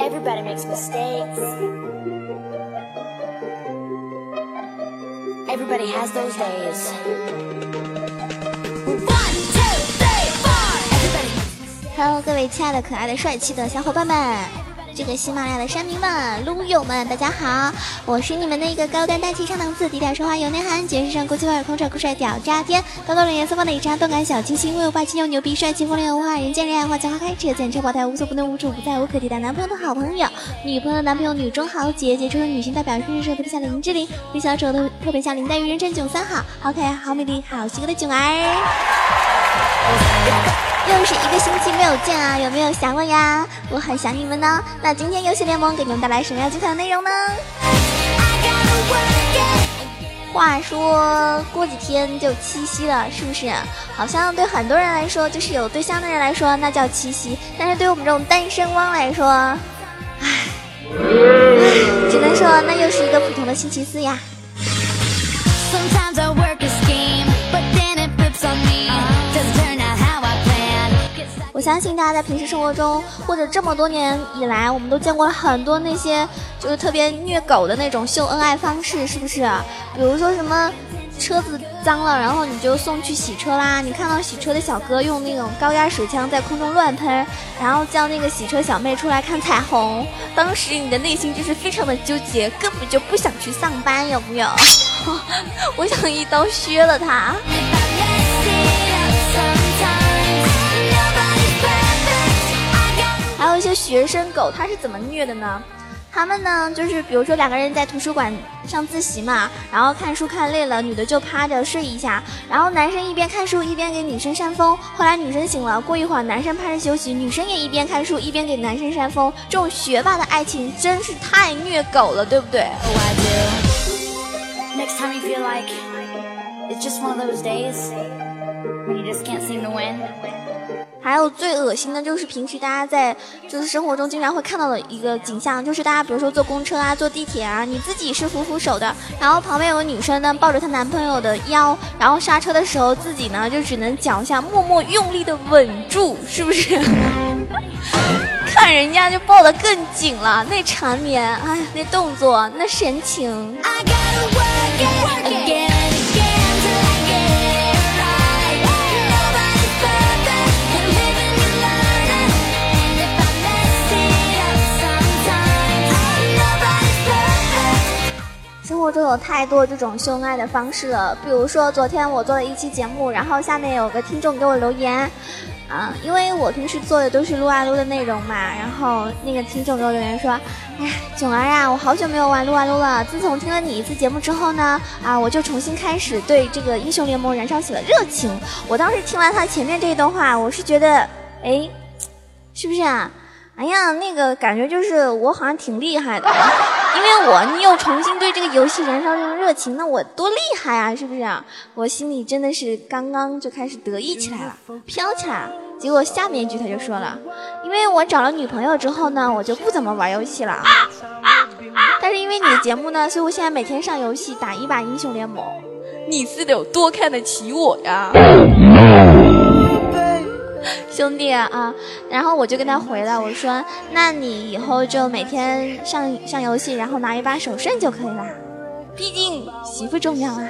Everybody makes mistakes. Everybody has those days. 1, 2, 3, 4. Hello， 各位亲爱的、可爱的、帅气的小伙伴们，这个喜马拉雅的山民们、撸友们，大家好，我是你们的一个高端大气上档次、低调奢华有内涵、简直上国际范儿、空手酷帅屌炸天、高冷颜色放的一张动感小清新、威武霸气又牛逼、帅气风流无话人见人爱花见花开、车见车爆胎、无所不能无处不在、无可替代男朋友的好朋友、女朋友的男朋友、女中豪杰、杰出的女性代表、日日特别像林志玲、李小丑的特别像林黛玉、人称囧三好、好可爱、好美丽、好性格的囧儿。又是一个星期没有见啊，有没有想我呀？我很想你们呢。那今天游戏联盟给你们带来什么样精彩的内容呢？话说过几天就七夕了，是不是？好像对很多人来说，就是有对象的人来说那叫七夕，但是对我们这种单身汪来说，只能说那又是一个普通的星期四呀。我相信大家在平时生活中，或者这么多年以来，我们都见过了很多那些就是特别虐狗的那种秀恩爱方式，是不是？比如说什么车子脏了，然后你就送去洗车啦，你看到洗车的小哥用那种高压水枪在空中乱喷，然后叫那个洗车小妹出来看彩虹，当时你的内心就是非常的纠结，根本就不想去上班，有没有？我想一刀削了他。还有一些学生狗，它是怎么虐的呢？他们呢，就是比如说两个人在图书馆上自习嘛，然后看书看累了，女的就趴着睡一下，然后男生一边看书一边给女生扇风，后来女生醒了，过一会儿男生趴着休息，女生也一边看书一边给男生扇风，这种学霸的爱情真是太虐狗了，对不对 ？Next time you feel like it's just one of those days when you just can't seem to win. 还有最恶心的就是平时大家在就是生活中经常会看到的一个景象，就是大家比如说坐公车啊、坐地铁啊，你自己是扶扶手的，然后旁边有个女生呢抱着她男朋友的腰，然后刹车的时候自己呢就只能脚下默默用力的稳住，是不是？看人家就抱得更紧了，那缠绵，哎，那动作，那神情。生活中有太多这种秀恩爱的方式了，比如说昨天我做了一期节目，然后下面有个听众给我留言因为我平时做的都是撸啊撸的内容嘛，然后那个听众给我留言说，哎，囧儿啊，我好久没有玩撸啊撸了，自从听了你一次节目之后呢，我就重新开始对这个英雄联盟燃烧起了热情。我当时听完他前面这一段话，我是觉得，哎，是不是啊？哎呀，那个感觉就是我好像挺厉害的，因为你又重新对这个游戏燃烧这种热情，那我多厉害啊，是不是啊？我心里真的是刚刚就开始得意起来了，飘起来了。结果下面一句他就说了，因为我找了女朋友之后呢，我就不怎么玩游戏了但是因为你的节目呢，所以我现在每天上游戏打一把英雄联盟。你是得有多看得起我呀兄弟啊，然后我就跟他回了，我说那你以后就每天上游戏，然后拿一把手胜就可以了，毕竟媳妇重要啊。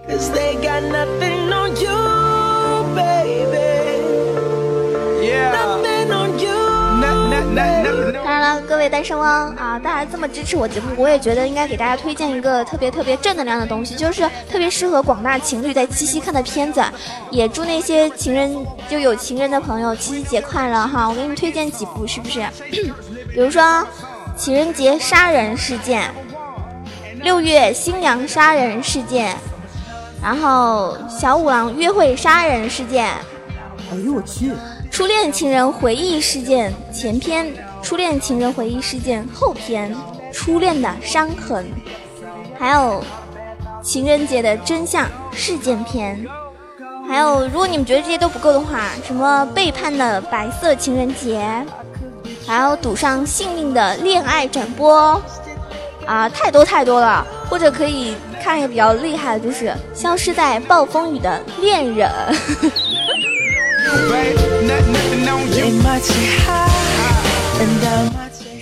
当然了，各位单身汪大家这么支持我节目，我也觉得应该给大家推荐一个特别正能量的东西，就是特别适合广大情侣在七夕看的片子。也祝那些情人就有情人的朋友七夕节快乐哈！我给你推荐几部，是不是？比如说情人节杀人事件，6月新娘杀人事件，然后小五郎约会杀人事件， 哎呦我去！ 初恋情人回忆事件前篇，初恋情人回忆事件后篇，初恋的伤痕，还有情人节的真相事件篇，还有如果你们觉得这些都不够的话，什么背叛的白色情人节，还有赌上性命的恋爱转播太多了。或者可以看一个比较厉害的，就是消失在暴风雨的恋人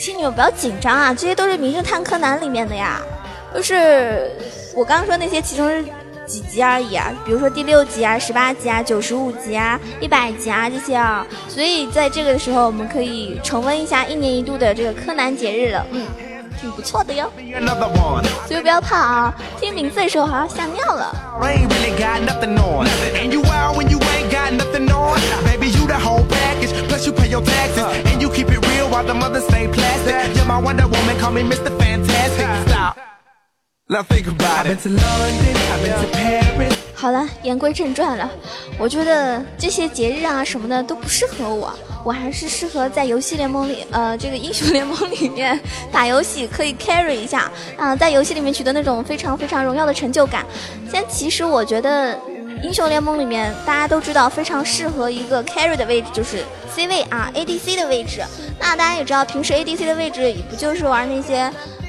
请你们不要紧张啊，这些都是名侦探柯南里面的呀，就是我刚刚说那些其中是几集而已啊，比如说第6集啊、18集啊、95集啊、100集啊这些啊，所以在这个时候我们可以重温一下1年1度的这个柯南节日了，挺不错的哟，所以不要怕啊，听名字的时候好像吓尿了。好了，言归正传了，我觉得这些节日啊什么的都不适合我还是适合在游戏联盟里这个英雄联盟里面打游戏，可以 carry 一下在游戏里面取得那种非常非常荣耀的成就感。现在其实我觉得英雄联盟里面大家都知道非常适合一个 carry 的位置就是 C 位啊 ADC 的位置，那大家也知道平时 ADC 的位置也不就是玩那些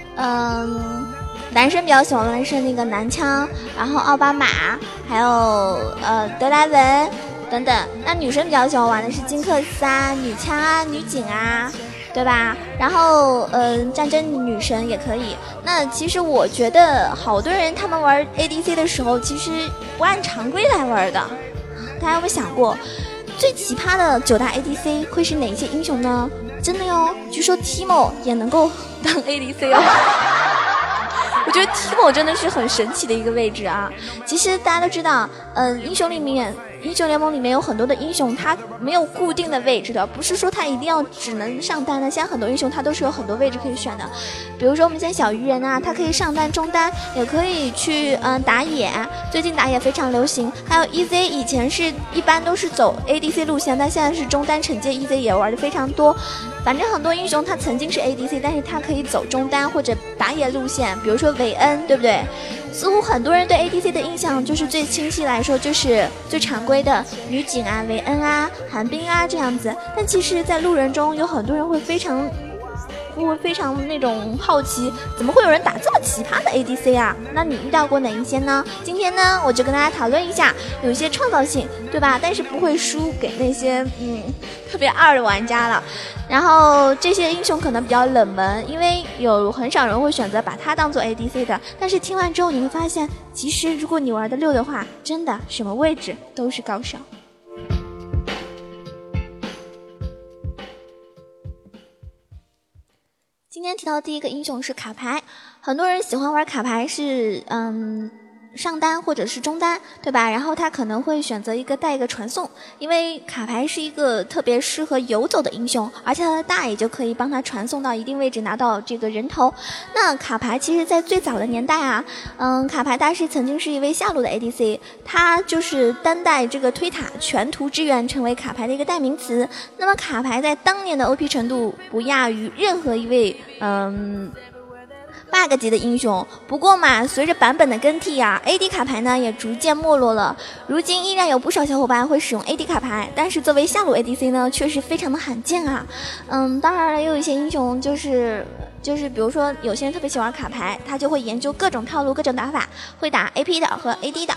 男生比较喜欢玩的是那个男枪，然后奥巴马，还有德莱文等等。那女生比较喜欢玩的是金克斯啊、女枪啊、女警啊，对吧？然后战争女神也可以。那其实我觉得好多人他们玩 ADC 的时候，其实不按常规来玩的。大家有没有想过，最奇葩的9大 ADC 会是哪一些英雄呢？真的哟，据说 Timo 也能够当 ADC 哦。我觉得 Timo 真的是很神奇的一个位置啊。其实大家都知道英雄联盟里面有很多的英雄他没有固定的位置的，不是说他一定要只能上单的，现在很多英雄他都是有很多位置可以选的。比如说我们现在小鱼人啊，他可以上单中单，也可以去打野，最近打野非常流行。还有 EZ 以前是一般都是走 ADC 路线，但现在是中单惩戒 EZ 也玩的非常多。反正很多英雄他曾经是 ADC， 但是他可以走中单或者打野路线，比如说韦恩，对不对？似乎很多人对 ADC 的印象就是最清晰来说就是最常规的女警啊、韦恩啊、寒冰啊这样子，但其实在路人中有很多人会非常那种好奇，怎么会有人打这么奇葩的 ADC 啊？那你遇到过哪一些呢？今天呢我就跟大家讨论一下，有一些创造性，对吧？但是不会输给那些特别二的玩家了。然后这些英雄可能比较冷门，因为有很少人会选择把它当做 ADC 的。但是听完之后你会发现，其实如果你玩的溜的话，真的什么位置都是高手。今天提到第一个英雄是卡牌，很多人喜欢玩卡牌是上单或者是中单，对吧？然后他可能会选择带一个传送，因为卡牌是一个特别适合游走的英雄，而且他的大也就可以帮他传送到一定位置拿到这个人头。那卡牌其实在最早的年代啊，卡牌大师曾经是一位下路的 ADC， 他就是单带这个推塔全图支援，成为卡牌的一个代名词。那么卡牌在当年的 OP 程度不亚于任何一位bug 级的英雄，不过嘛，随着版本的更替啊 ，AD 卡牌呢也逐渐没落了。如今依然有不少小伙伴会使用 AD 卡牌，但是作为下路 ADC 呢，确实非常的罕见啊。当然了，也有一些英雄就是比如说有些人特别喜欢卡牌，他就会研究各种套路、各种打法，会打 AP 的和 AD 的。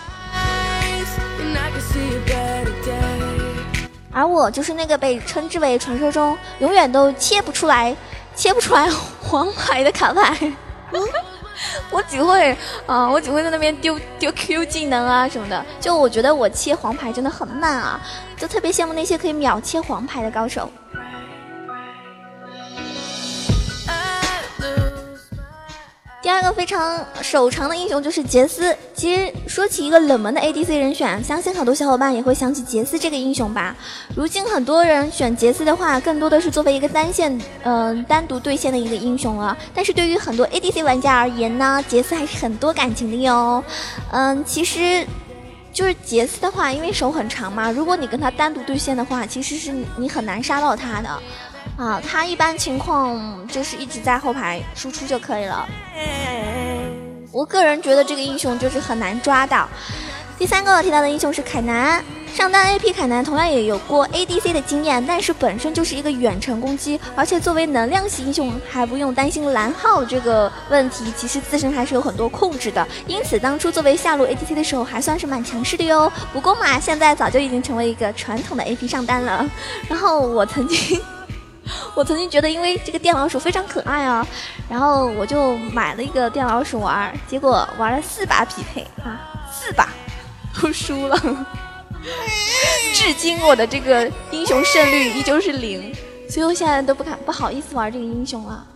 而我就是那个被称之为传说中永远都切不出来黄牌的卡牌。我只会在那边丢 Q 技能啊什么的，就我觉得我切黄牌真的很慢啊，就特别羡慕那些可以秒切黄牌的高手。第二个非常手长的英雄就是杰斯。其实说起一个冷门的 ADC 人选，相信很多小伙伴也会想起杰斯这个英雄吧。如今很多人选杰斯的话，更多的是作为一个单独对线的一个英雄了。但是对于很多 ADC 玩家而言呢，杰斯还是很多感情的哟。其实就是杰斯的话，因为手很长嘛，如果你跟他单独对线的话，其实是你很难杀到他的。他一般情况就是一直在后排输出就可以了。我个人觉得这个英雄就是很难抓到。第三个提到的英雄是凯南，上单 AP 凯南同样也有过 ADC 的经验，但是本身就是一个远程攻击，而且作为能量系英雄还不用担心蓝耗这个问题，其实自身还是有很多控制的，因此当初作为下路 ADC 的时候还算是蛮强势的哟。不过嘛，现在早就已经成为一个传统的 AP 上单了。然后我曾经我曾经觉得因为这个电老鼠非常可爱啊，然后我就买了一个电老鼠玩，结果玩了4把匹配啊，4把都输了。至今我的这个英雄胜率依旧是0，所以我现在都不好意思玩这个英雄了。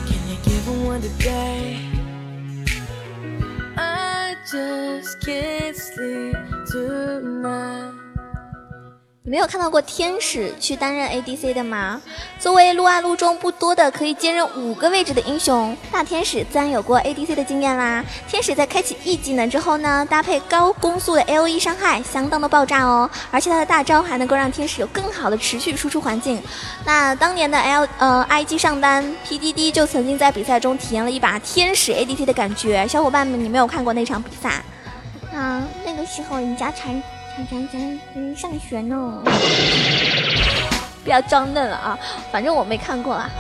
你没有看到过天使去担任 ADC 的吗？作为撸啊撸中不多的可以兼任5个位置的英雄，大天使自然有过 ADC 的经验啦。天使在开启 E 技能之后呢，搭配高攻速的 LE 伤害相当的爆炸哦，而且他的大招还能够让天使有更好的持续输出环境。那当年的IG 上单 PDD 就曾经在比赛中体验了一把天使 ADC 的感觉，小伙伴们你没有看过那场比赛啊？那个时候人家才上学呢，不要装嫩了啊！反正我没看过啊。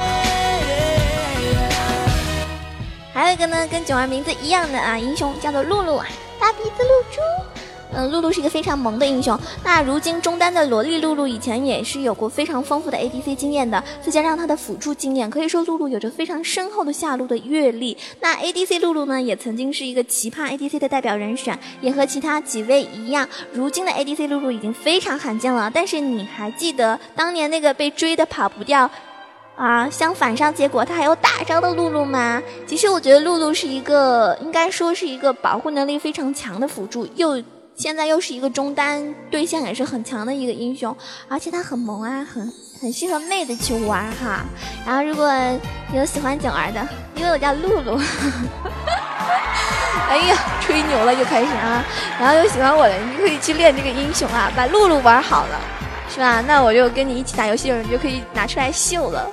还有一个呢，跟囧儿名字一样的啊，英雄叫做露露啊，大鼻子露珠。露露是一个非常萌的英雄。那如今中单的萝莉露露以前也是有过非常丰富的 ADC 经验的，再加上她的辅助经验，可以说露露有着非常深厚的下路的阅历。那 ADC 露露呢，也曾经是一个奇葩 ADC 的代表人选，也和其他几位一样，如今的 ADC 露露已经非常罕见了。但是你还记得当年那个被追的跑不掉啊，相反上结果他还有大招的露露吗？其实我觉得露露是一个应该说是一个保护能力非常强的辅助，现在又是一个中单对象也是很强的一个英雄，而且他很萌啊，很适合妹子去玩哈。然后如果有喜欢囧儿的，因为我叫露露哎呀吹牛了就开始啊，然后有喜欢我的你可以去练这个英雄啊，把露露玩好了是吧？那我就跟你一起打游戏的人就可以拿出来秀了。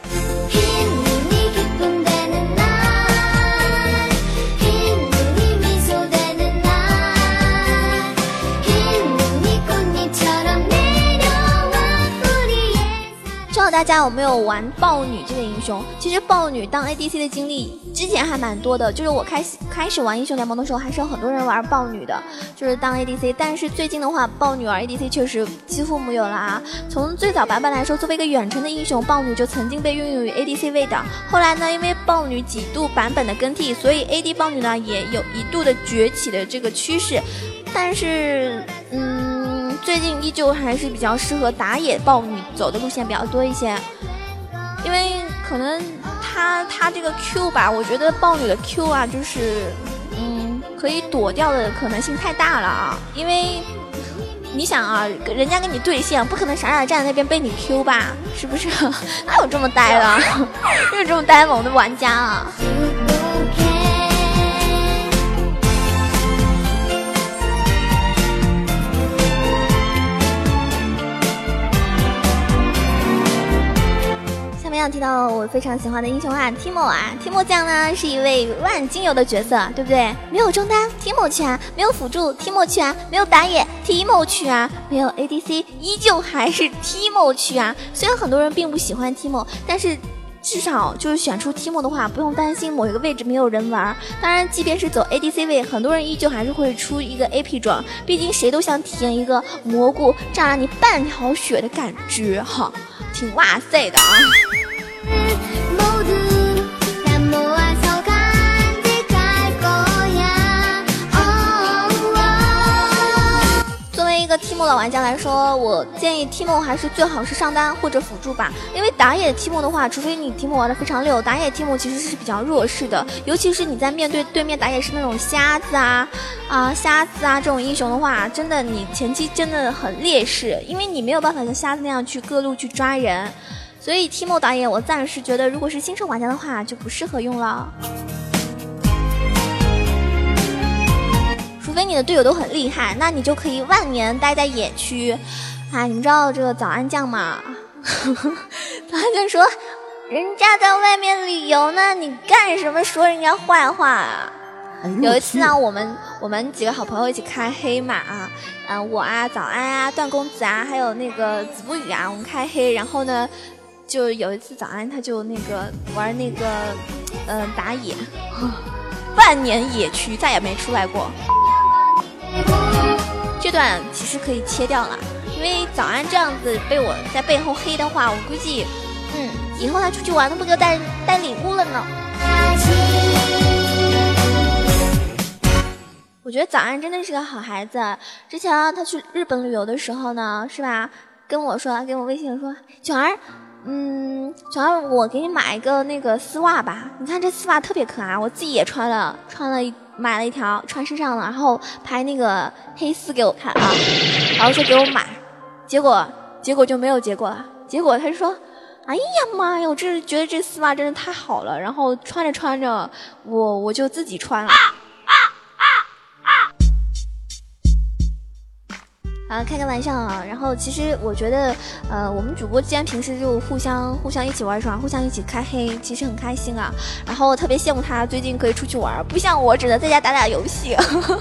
不知道大家有没有玩豹女这个英雄？其实豹女当 ADC 的经历之前还蛮多的，就是我开始玩英雄联盟的时候，还是有很多人玩豹女的，就是当 ADC。但是最近的话，豹女玩 ADC 确实几乎没有了啊。从最早版本来说，作为一个远程的英雄，豹女就曾经被运用于 ADC 位的。后来呢，因为豹女几度版本的更替，所以 AD 豹女呢也有一度的崛起的这个趋势。但是最近依旧还是比较适合打野豹女走的路线比较多一些，因为可能他这个 Q 吧，我觉得豹女的 Q 啊，就是可以躲掉的可能性太大了啊，因为你想啊，人家跟你对线，不可能傻傻站在那边被你 Q 吧，是不是？哪有这么呆的？哪有这么呆萌的玩家啊？提到我非常喜欢的英雄啊 Timo 啊 Timo 酱呢是一位万金油的角色，对不对？没有中单 Timo 去啊，没有辅助 Timo 去啊，没有打野 Timo 去啊，没有 ADC 依旧还是 Timo 去啊。虽然很多人并不喜欢 Timo， 但是至少就是选出 Timo 的话，不用担心某一个位置没有人玩。当然即便是走 ADC 位，很多人依旧还是会出一个 AP 装，毕竟谁都想体验一个蘑菇炸了你半条血的感觉哈，挺哇塞的啊。作为一个 Timo 的玩家来说，我建议 Timo 还是最好是上单或者辅助吧，因为打野 Timo 的话，除非你 Timo 玩的非常溜，打野 Timo 其实是比较弱势的，尤其是你在面对对面打野是那种瞎子啊这种英雄的话，真的你前期真的很劣势，因为你没有办法像瞎子那样去各路去抓人。所以 Timo 打野我暂时觉得如果是新手玩家的话就不适合用了，除非你的队友都很厉害，那你就可以万年待在野区啊。你们知道这个早安酱吗？早安酱说人家在外面旅游呢，你干什么说人家坏话啊？有一次呢，我们几个好朋友一起开黑嘛我啊早安啊段公子啊还有那个子不语啊，我们开黑，然后呢就有一次早安他就那个玩那个打野，万年野区再也没出来过。这段其实可以切掉了，因为早安这样子被我在背后黑的话，我估计以后他出去玩都不给我带礼物了呢。我觉得早安真的是个好孩子。之前他去日本旅游的时候呢，是吧，跟我微信说，九儿，我给你买一个那个丝袜吧，你看这丝袜特别可爱，我自己也买了一条穿身上了，然后拍那个黑丝给我看啊，然后说给我买，结果就没有结果了。结果他就说，哎呀妈呀，我这觉得这丝袜真的太好了，然后穿着我就自己穿了。开个玩笑啊，然后其实我觉得，我们主播之间平时就互相一起玩耍，互相一起开黑，其实很开心啊。然后特别羡慕他最近可以出去玩，不像我只能在家打游戏。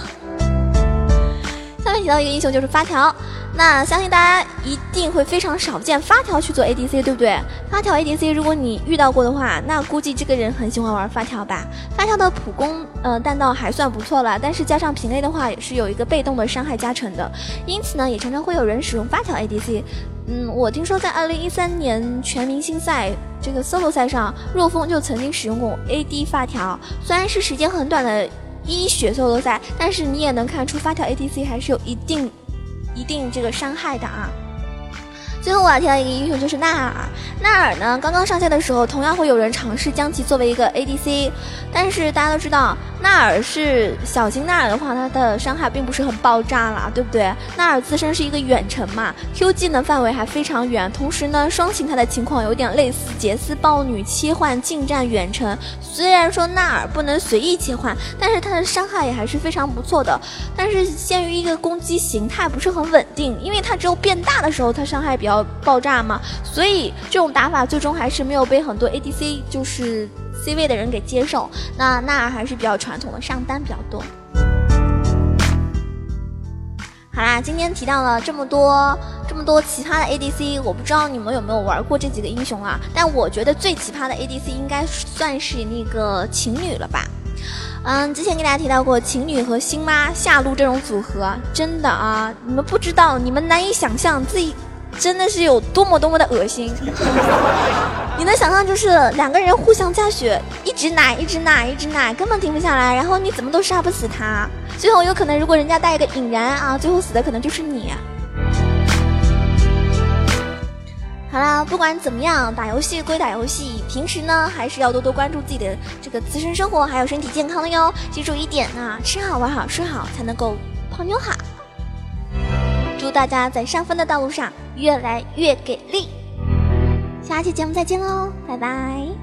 下面提到一个英雄就是发条，那相信大家一定会非常少见发条去做 ADC， 对不对？发条 ADC 如果你遇到过的话，那估计这个人很喜欢玩发条吧。发条的普攻弹道还算不错了，但是加上平 A 的话也是有一个被动的伤害加成的，因此呢也常常会有人使用发条 ADC。我听说在2013年全明星赛这个 solo 赛上，若风就曾经使用过 AD 发条，虽然是时间很短的一血 solo 赛，但是你也能看出发条 ADC 还是有一定这个伤害的啊。最后我要提到一个英雄就是纳尔。纳尔呢刚刚上线的时候同样会有人尝试将其作为一个 ADC， 但是大家都知道纳尔是小型纳尔的话，它的伤害并不是很爆炸啦，对不对？纳尔自身是一个远程嘛， Q 技能范围还非常远，同时呢双形态的情况有点类似杰斯豹女切换近战远程。虽然说纳尔不能随意切换，但是它的伤害也还是非常不错的，但是限于一个攻击形态不是很稳定，因为它只有变大的时候它伤害比较爆炸嘛，所以这种打法最终还是没有被很多 ADC 就是 C 位的人给接受。那纳尔还是比较传统的，上单比较多。好啦，今天提到了这么多奇葩的 ADC， 我不知道你们有没有玩过这几个英雄啊？但我觉得最奇葩的 ADC 应该算是那个晴女了吧。之前给大家提到过晴女和星妈下路这种组合，真的啊，你们不知道，你们难以想象自己真的是有多么的恶心。你能想象就是两个人互相加血，一直奶，根本停不下来，然后你怎么都杀不死他，最后有可能如果人家带一个引燃啊，最后死的可能就是你。好啦，不管怎么样，打游戏归打游戏，平时呢还是要多多关注自己的这个自身生活还有身体健康的哟。记住一点呢，吃好玩好睡好，才能够泡妞好。祝大家在上分的道路上越来越给力，下期节目再见喽，拜拜。